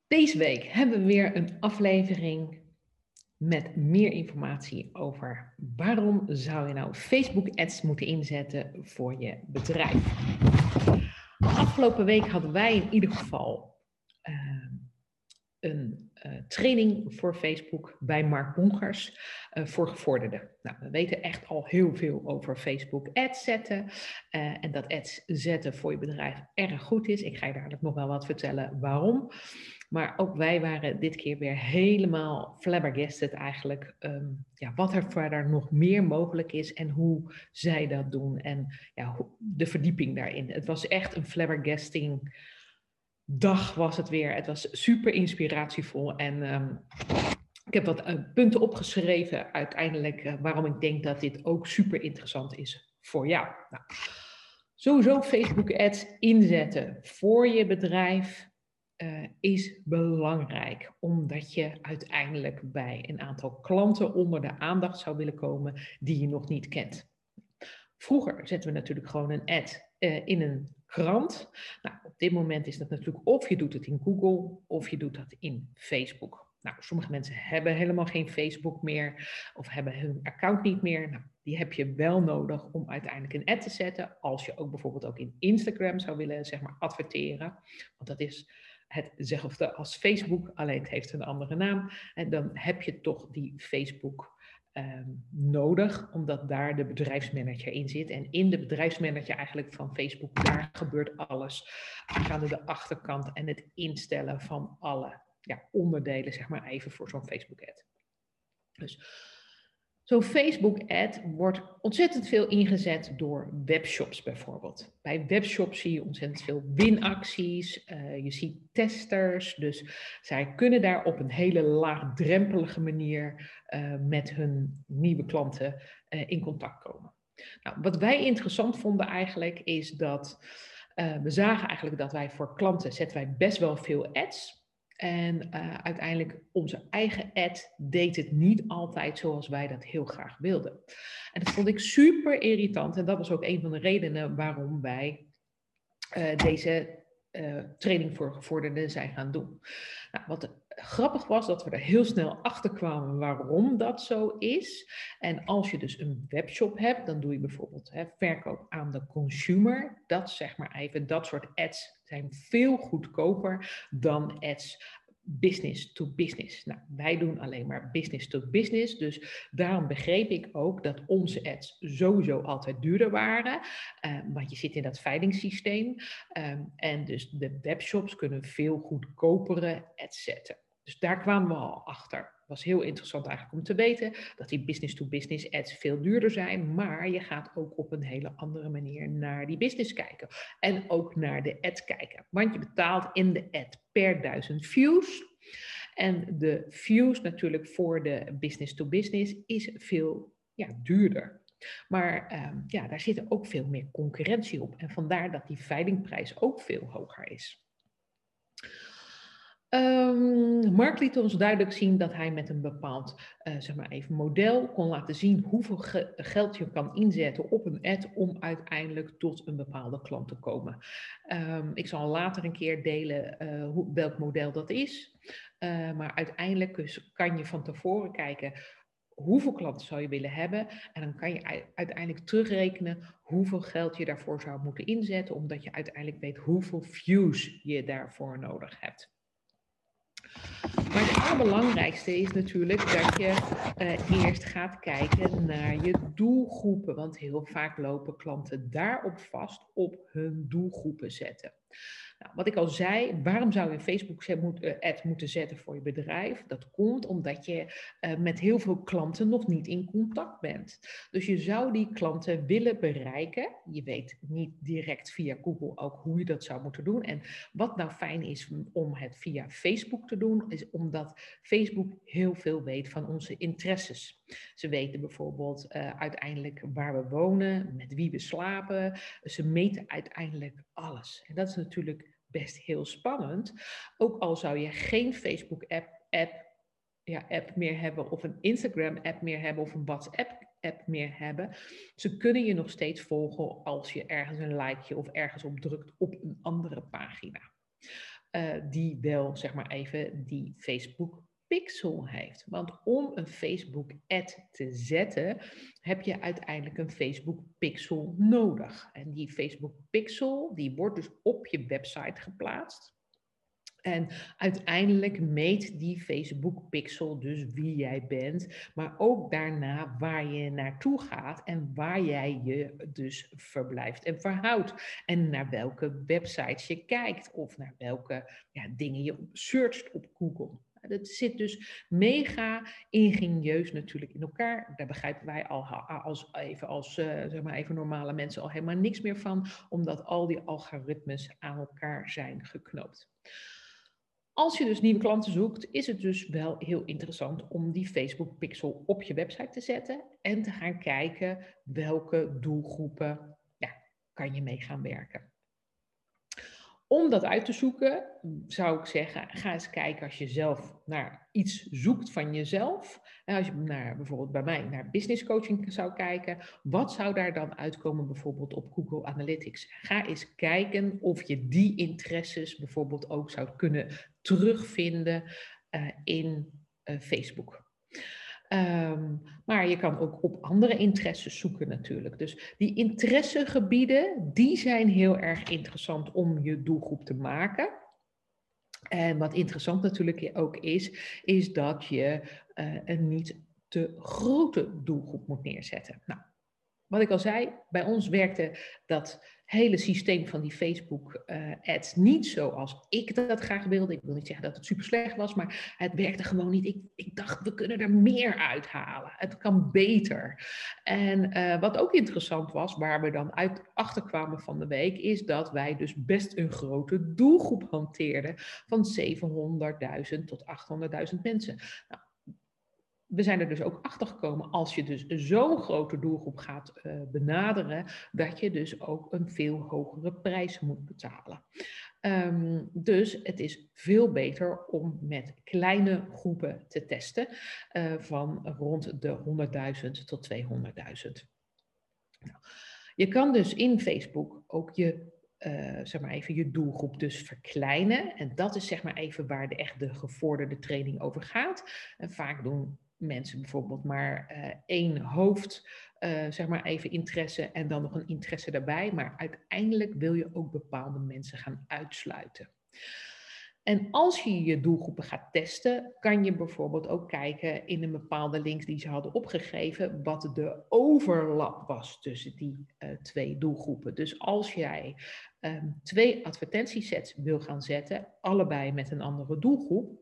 Deze week hebben we weer een aflevering met meer informatie over waarom zou je nou Facebook ads moeten inzetten voor je bedrijf. Afgelopen week hadden wij in ieder geval een training voor Facebook bij Mark Bongers voor gevorderden. Nou, we weten echt al heel veel over Facebook ads zetten en dat ads zetten voor je bedrijf erg goed is. Ik ga je dadelijk nog wel wat vertellen waarom. Maar ook wij waren dit keer weer helemaal flabbergasted eigenlijk. Wat er verder nog meer mogelijk is en hoe zij dat doen. En de verdieping daarin. Het was echt een flabbergasting dag was het weer. Het was super inspiratievol. En ik heb wat punten opgeschreven uiteindelijk waarom ik denk dat dit ook super interessant is voor jou. Nou, sowieso Facebook ads inzetten voor je bedrijf is belangrijk, omdat je uiteindelijk bij een aantal klanten onder de aandacht zou willen komen die je nog niet kent. Vroeger zetten we natuurlijk gewoon een ad in een krant. Nou, op dit moment is dat natuurlijk of je doet het in Google of je doet dat in Facebook. Nou, sommige mensen hebben helemaal geen Facebook meer of hebben hun account niet meer. Nou, die heb je wel nodig om uiteindelijk een ad te zetten. Als je ook bijvoorbeeld ook in Instagram zou willen, zeg maar, adverteren. Want dat is hetzelfde als Facebook, alleen het heeft een andere naam. En dan heb je toch die Facebook nodig, omdat daar de bedrijfsmanager in zit. En in de bedrijfsmanager eigenlijk van Facebook, daar gebeurt alles. Aan de achterkant en het instellen van alle onderdelen, zeg maar even voor zo'n Facebook ad. Dus zo'n Facebook ad wordt ontzettend veel ingezet door webshops bijvoorbeeld. Bij webshops zie je ontzettend veel winacties, je ziet testers, dus zij kunnen daar op een hele laagdrempelige manier met hun nieuwe klanten in contact komen. Nou, wat wij interessant vonden eigenlijk is dat we zagen eigenlijk dat wij voor klanten zetten wij best wel veel ads. En uiteindelijk onze eigen ad deed het niet altijd zoals wij dat heel graag wilden. En dat vond ik super irritant. En dat was ook een van de redenen waarom wij deze training voor gevorderden zijn gaan doen. Nou, wat grappig was dat we er heel snel achter kwamen waarom dat zo is. En als je dus een webshop hebt, dan doe je bijvoorbeeld verkoop aan de consumer. Dat zeg maar even, dat soort ads zijn veel goedkoper dan ads business to business. Nou, wij doen alleen maar business to business, dus daarom begreep ik ook dat onze ads sowieso altijd duurder waren, want je zit in dat veilingssysteem en dus de webshops kunnen veel goedkopere ads zetten. Dus daar kwamen we al achter. Het was heel interessant eigenlijk om te weten dat die business-to-business ads veel duurder zijn, maar je gaat ook op een hele andere manier naar die business kijken. En ook naar de ad kijken. Want je betaalt in de ad per 1000 views. En de views natuurlijk voor de business-to-business is veel duurder. Maar daar zit ook veel meer concurrentie op. En vandaar dat die veilingprijs ook veel hoger is. Mark liet ons duidelijk zien dat hij met een bepaald model kon laten zien hoeveel geld je kan inzetten op een ad om uiteindelijk tot een bepaalde klant te komen. Ik zal later een keer delen welk model dat is. Maar uiteindelijk kan je van tevoren kijken hoeveel klanten zou je willen hebben. En dan kan je uiteindelijk terugrekenen hoeveel geld je daarvoor zou moeten inzetten, omdat je uiteindelijk weet hoeveel views je daarvoor nodig hebt. Maar het allerbelangrijkste is natuurlijk dat je eerst gaat kijken naar je doelgroepen. Want heel vaak lopen klanten daarop vast op hun doelgroepen zetten. Nou, wat ik al zei, waarom zou je een Facebook-ad moeten zetten voor je bedrijf? Dat komt omdat je met heel veel klanten nog niet in contact bent. Dus je zou die klanten willen bereiken. Je weet niet direct via Google ook hoe je dat zou moeten doen. En wat nou fijn is om het via Facebook te doen, is omdat Facebook heel veel weet van onze interesses. Ze weten bijvoorbeeld uiteindelijk waar we wonen, met wie we slapen. Ze meten uiteindelijk alles. En dat is natuurlijk best heel spannend. Ook al zou je geen Facebook-app meer hebben of een Instagram-app meer hebben of een WhatsApp-app meer hebben. Ze kunnen je nog steeds volgen als je ergens een likeje of ergens op drukt op een andere pagina. die wel, zeg maar even, die Facebook pixel heeft. Want om een Facebook ad te zetten, heb je uiteindelijk een Facebook pixel nodig. En die Facebook pixel, die wordt dus op je website geplaatst. En uiteindelijk meet die Facebook pixel dus wie jij bent, maar ook daarna waar je naartoe gaat en waar jij je dus verblijft en verhoudt. En naar welke websites je kijkt of naar welke dingen je searcht op Google. Dat zit dus mega ingenieus natuurlijk in elkaar. Daar begrijpen wij als zeg maar even normale mensen al helemaal niks meer van, omdat al die algoritmes aan elkaar zijn geknoopt. Als je dus nieuwe klanten zoekt, is het dus wel heel interessant om die Facebook pixel op je website te zetten en te gaan kijken welke doelgroepen kan je mee gaan werken. Om dat uit te zoeken, zou ik zeggen, ga eens kijken als je zelf naar iets zoekt van jezelf. En als je bijvoorbeeld bij mij naar business coaching zou kijken, wat zou daar dan uitkomen bijvoorbeeld op Google Analytics? Ga eens kijken of je die interesses bijvoorbeeld ook zou kunnen terugvinden in Facebook. Maar je kan ook op andere interesses zoeken natuurlijk. Dus die interessegebieden, die zijn heel erg interessant om je doelgroep te maken. En wat interessant natuurlijk ook is dat je een niet te grote doelgroep moet neerzetten. Nou, wat ik al zei, bij ons werkte dat hele systeem van die Facebook ads niet zoals ik dat graag wilde. Ik wil niet zeggen dat het super slecht was, maar het werkte gewoon niet. Ik dacht, we kunnen er meer uithalen. Het kan beter. En wat ook interessant was, waar we dan achter kwamen van de week, is dat wij dus best een grote doelgroep hanteerden van 700.000 tot 800.000 mensen. Nou, we zijn er dus ook achter gekomen, als je dus zo'n grote doelgroep gaat benaderen, dat je dus ook een veel hogere prijs moet betalen. Dus het is veel beter om met kleine groepen te testen van rond de 100.000 tot 200.000. Nou, je kan dus in Facebook ook zeg maar even je doelgroep dus verkleinen. En dat is zeg maar even waar echt de gevorderde training over gaat. En vaak doen mensen bijvoorbeeld maar één hoofd, zeg maar even interesse en dan nog een interesse daarbij. Maar uiteindelijk wil je ook bepaalde mensen gaan uitsluiten. En als je je doelgroepen gaat testen, kan je bijvoorbeeld ook kijken in een bepaalde links die ze hadden opgegeven, wat de overlap was tussen die twee doelgroepen. Dus als jij 2 advertentiesets wil gaan zetten, allebei met een andere doelgroep,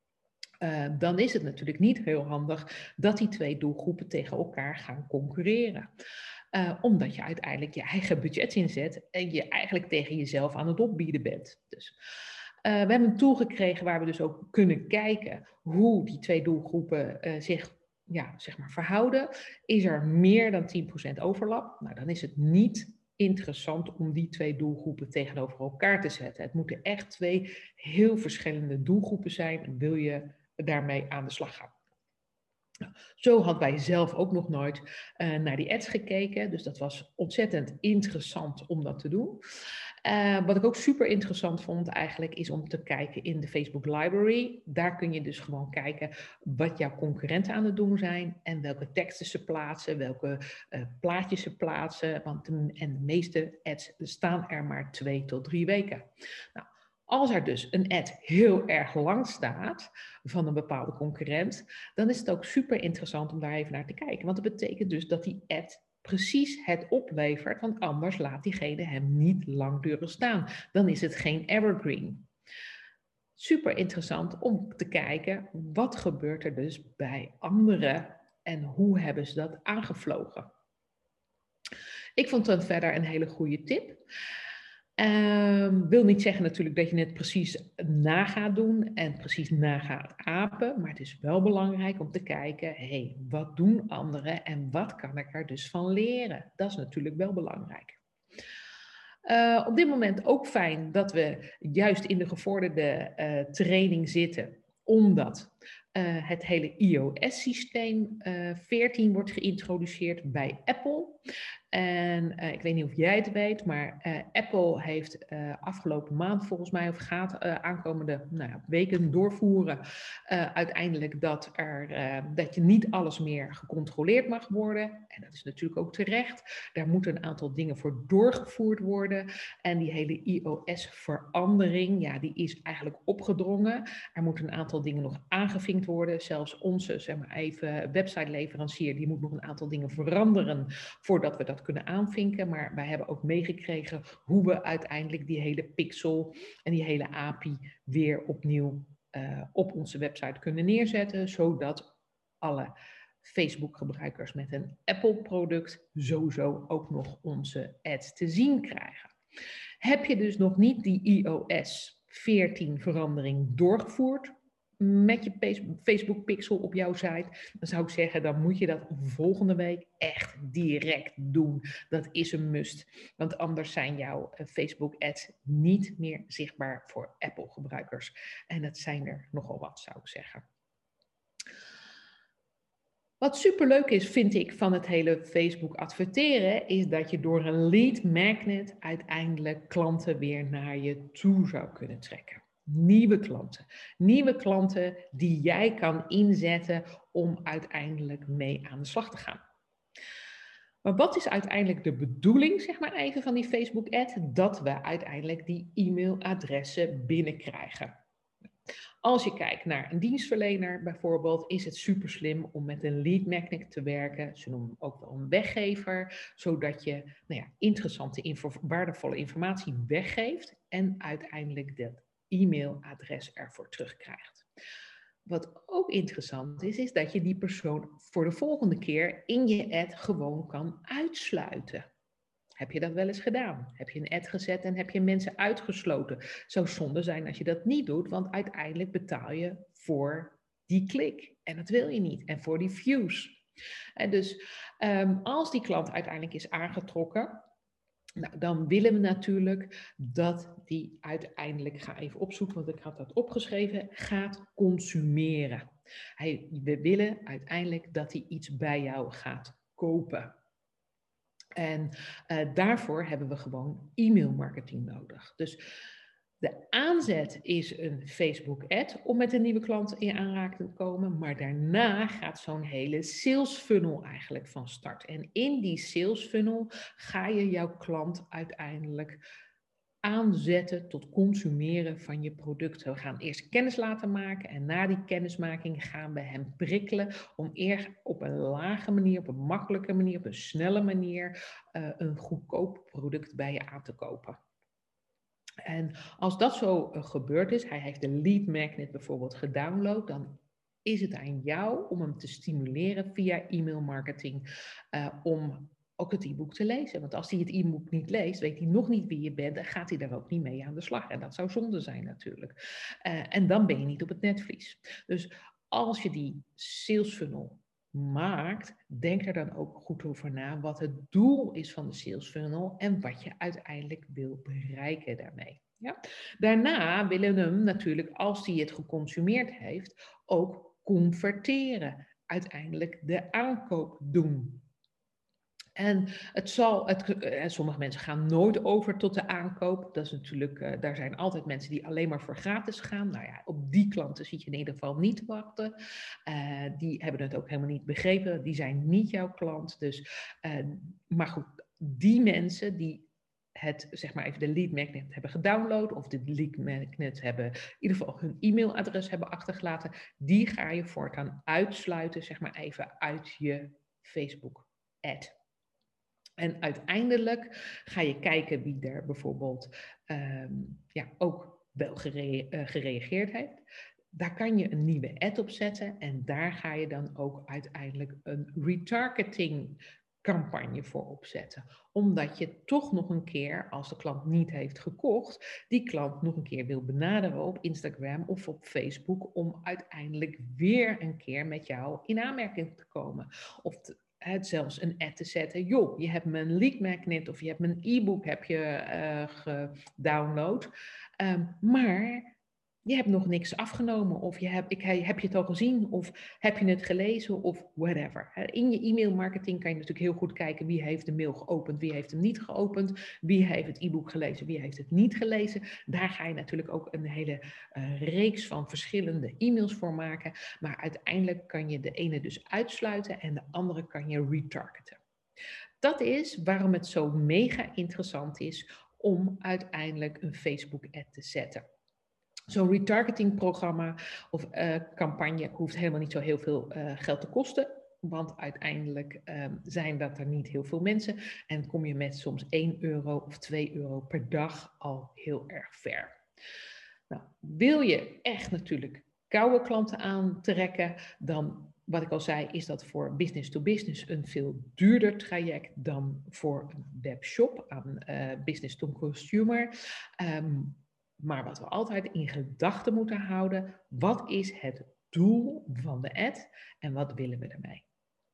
dan is het natuurlijk niet heel handig dat die 2 doelgroepen tegen elkaar gaan concurreren. Omdat je uiteindelijk je eigen budget inzet en je eigenlijk tegen jezelf aan het opbieden bent. Dus we hebben een tool gekregen waar we dus ook kunnen kijken hoe die 2 doelgroepen zich zeg maar verhouden. Is er meer dan 10% overlap? Nou, dan is het niet interessant om die 2 doelgroepen tegenover elkaar te zetten. Het moeten echt 2 heel verschillende doelgroepen zijn, wil je daarmee aan de slag gaan. Nou, zo hadden wij zelf ook nog nooit naar die ads gekeken. Dus dat was ontzettend interessant om dat te doen. Wat ik ook super interessant vond eigenlijk is om te kijken in de Facebook Library. Daar kun je dus gewoon kijken wat jouw concurrenten aan het doen zijn en welke teksten ze plaatsen, welke plaatjes ze plaatsen. Want de meeste ads staan er maar 2 tot 3 weken. Nou, als er dus een ad heel erg lang staat van een bepaalde concurrent, dan is het ook super interessant om daar even naar te kijken. Want dat betekent dus dat die ad precies het oplevert, want anders laat diegene hem niet langdurig staan. Dan is het geen evergreen. Super interessant om te kijken, wat gebeurt er dus bij anderen en hoe hebben ze dat aangevlogen. Ik vond dat verder een hele goede tip. Wil niet zeggen natuurlijk dat je het precies na gaat doen en precies na gaat apen, maar het is wel belangrijk om te kijken, hey, wat doen anderen en wat kan ik er dus van leren? Dat is natuurlijk wel belangrijk. Op dit moment ook fijn dat we juist in de gevorderde training zitten, omdat het hele iOS-systeem 14 wordt geïntroduceerd bij Apple. En ik weet niet of jij het weet, maar Apple heeft afgelopen maand volgens mij, of gaat aankomende weken doorvoeren, uiteindelijk dat je niet alles meer gecontroleerd mag worden. En dat is natuurlijk ook terecht. Daar moeten een aantal dingen voor doorgevoerd worden. En die hele iOS-verandering, ja, die is eigenlijk opgedrongen. Er moeten een aantal dingen nog aangevinkt worden. Zelfs onze, zeg maar even, website-leverancier, die moet nog een aantal dingen veranderen voordat we dat kunnen aanvinken. Maar wij hebben ook meegekregen hoe we uiteindelijk die hele pixel en die hele API weer opnieuw op onze website kunnen neerzetten, zodat alle Facebook-gebruikers met een Apple-product sowieso ook nog onze ads te zien krijgen. Heb je dus nog niet die iOS 14 verandering doorgevoerd met je Facebook pixel op jouw site, dan zou ik zeggen, dan moet je dat volgende week echt direct doen. Dat is een must, want anders zijn jouw Facebook ads niet meer zichtbaar voor Apple gebruikers. En dat zijn er nogal wat, zou ik zeggen. Wat superleuk is, vind ik, van het hele Facebook adverteren, is dat je door een lead magnet uiteindelijk klanten weer naar je toe zou kunnen trekken. Nieuwe klanten die jij kan inzetten om uiteindelijk mee aan de slag te gaan. Maar wat is uiteindelijk de bedoeling, zeg maar even, van die Facebook ad? Dat we uiteindelijk die e-mailadressen binnenkrijgen. Als je kijkt naar een dienstverlener bijvoorbeeld, is het super slim om met een lead magnet te werken. Ze noemen hem ook wel een weggever, zodat je interessante, waardevolle informatie weggeeft en uiteindelijk dat e-mailadres ervoor terugkrijgt. Wat ook interessant is dat je die persoon voor de volgende keer in je ad gewoon kan uitsluiten. Heb je dat wel eens gedaan? Heb je een ad gezet en heb je mensen uitgesloten? Het zou zonde zijn als je dat niet doet, want uiteindelijk betaal je voor die klik. En dat wil je niet. En voor die views. En dus als die klant uiteindelijk is aangetrokken, dan willen we natuurlijk dat die uiteindelijk, ik ga even opzoeken, want ik had dat opgeschreven, gaat consumeren. We willen uiteindelijk dat hij iets bij jou gaat kopen. En daarvoor hebben we gewoon e-mailmarketing nodig. Dus de aanzet is een Facebook ad om met een nieuwe klant in aanraking te komen. Maar daarna gaat zo'n hele sales funnel eigenlijk van start. En in die sales funnel ga je jouw klant uiteindelijk aanzetten tot consumeren van je producten. We gaan eerst kennis laten maken en na die kennismaking gaan we hem prikkelen om eerst op een lage manier, op een makkelijke manier, op een snelle manier een goedkoop product bij je aan te kopen. En als dat zo gebeurd is, hij heeft de lead magnet bijvoorbeeld gedownload, dan is het aan jou om hem te stimuleren via e-mail marketing om ook het e-book te lezen. Want als hij het e-book niet leest, weet hij nog niet wie je bent en gaat hij daar ook niet mee aan de slag. En dat zou zonde zijn natuurlijk. En dan ben je niet op het netvlies. Dus als je die sales funnel maakt, denk er dan ook goed over na wat het doel is van de sales funnel en wat je uiteindelijk wil bereiken daarmee. Ja? Daarna willen we hem natuurlijk, als hij het geconsumeerd heeft, ook converteren. Uiteindelijk de aankoop doen. En sommige mensen gaan nooit over tot de aankoop. Dat is natuurlijk, daar zijn altijd mensen die alleen maar voor gratis gaan. Nou ja, op die klanten zit je in ieder geval niet te wachten. Die hebben het ook helemaal niet begrepen. Die zijn niet jouw klant. Dus, maar goed, die mensen die het, zeg maar even de lead magnet hebben gedownload of de lead magnet hebben, in ieder geval hun e-mailadres hebben achtergelaten, die ga je voortaan uitsluiten, zeg maar even uit je Facebook ad. En uiteindelijk ga je kijken wie er bijvoorbeeld ook wel gereageerd heeft. Daar kan je een nieuwe ad op zetten en daar ga je dan ook uiteindelijk een retargeting campagne voor opzetten. Omdat je toch nog een keer, als de klant niet heeft gekocht, die klant nog een keer wil benaderen op Instagram of op Facebook om uiteindelijk weer een keer met jou in aanmerking te komen. Of zelfs een ad te zetten. Joh, je hebt mijn lead magnet of je hebt mijn e-book heb je gedownload. Maar je hebt nog niks afgenomen, of heb je het al gezien, of heb je het gelezen, of whatever. In je e-mailmarketing kan je natuurlijk heel goed kijken wie heeft de mail geopend, wie heeft hem niet geopend, wie heeft het e-book gelezen, wie heeft het niet gelezen. Daar ga je natuurlijk ook een hele reeks van verschillende e-mails voor maken, maar uiteindelijk kan je de ene dus uitsluiten en de andere kan je retargeten. Dat is waarom het zo mega interessant is om uiteindelijk een Facebook-ad te zetten. Zo'n retargetingprogramma of campagne hoeft helemaal niet zo heel veel geld te kosten. Want uiteindelijk zijn dat er niet heel veel mensen. En kom je met soms 1 euro of 2 euro per dag al heel erg ver. Nou, wil je echt natuurlijk koude klanten aantrekken, dan, wat ik al zei, is dat voor business to business een veel duurder traject dan voor een webshop aan business to consumer. Maar wat we altijd in gedachten moeten houden, wat is het doel van de ad en wat willen we ermee?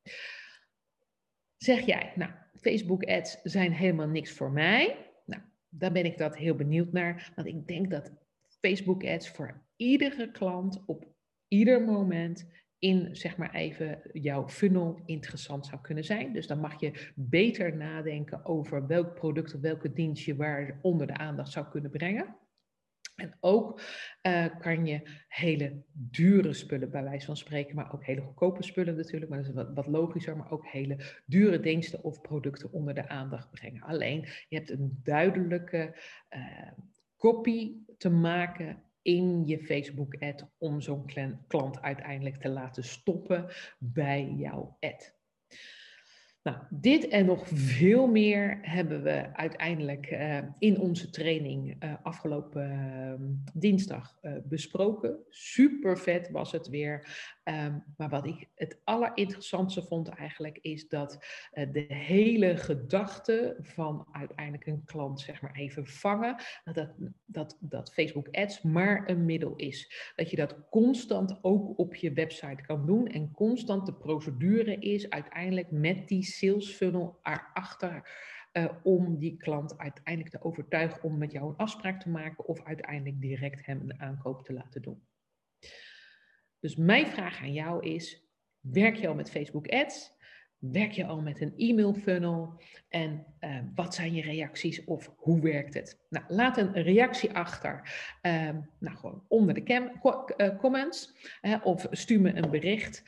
Zeg jij, nou, Facebook ads zijn helemaal niks voor mij. Nou, daar ben ik dat heel benieuwd naar, want ik denk dat Facebook ads voor iedere klant op ieder moment in, zeg maar even, jouw funnel interessant zou kunnen zijn. Dus dan mag je beter nadenken over welk product of welke dienst je waar onder de aandacht zou kunnen brengen. En ook kan je hele dure spullen, bij wijze van spreken, maar ook hele goedkope spullen natuurlijk, maar dat is wat logischer, maar ook hele dure diensten of producten onder de aandacht brengen. Alleen, je hebt een duidelijke copy te maken in je Facebook-ad om zo'n klant uiteindelijk te laten stoppen bij jouw ad. Nou, dit en nog veel meer hebben we uiteindelijk in onze training afgelopen dinsdag besproken. Super vet was het weer. Maar wat ik het allerinteressantste vond eigenlijk is dat de hele gedachte van uiteindelijk een klant zeg maar even vangen, dat Facebook Ads maar een middel is. Dat je dat constant ook op je website kan doen en constant de procedure is uiteindelijk met die sales funnel erachter om die klant uiteindelijk te overtuigen om met jou een afspraak te maken of uiteindelijk direct hem een aankoop te laten doen. Dus mijn vraag aan jou is, werk je al met Facebook Ads? Werk je al met een e-mail funnel? En wat zijn je reacties of hoe werkt het? Nou, laat een reactie achter. Gewoon onder de comments. Of stuur me een bericht.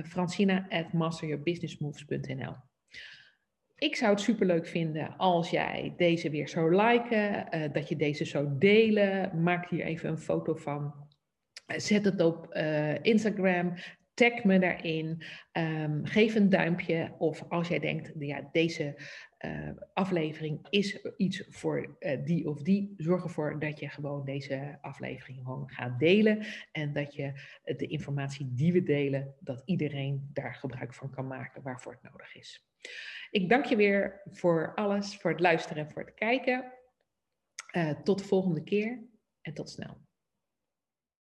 Francina@masteryourbusinessmoves.nl. Ik zou het superleuk vinden als jij deze weer zou liken. Dat je deze zou delen. Maak hier even een foto van. Zet het op Instagram. Tag me daarin, geef een duimpje of als jij denkt, ja, deze aflevering is iets voor die of die, zorg ervoor dat je gewoon deze aflevering gewoon gaat delen en dat je de informatie die we delen, dat iedereen daar gebruik van kan maken waarvoor het nodig is. Ik dank je weer voor alles, voor het luisteren en voor het kijken. Tot de volgende keer en tot snel.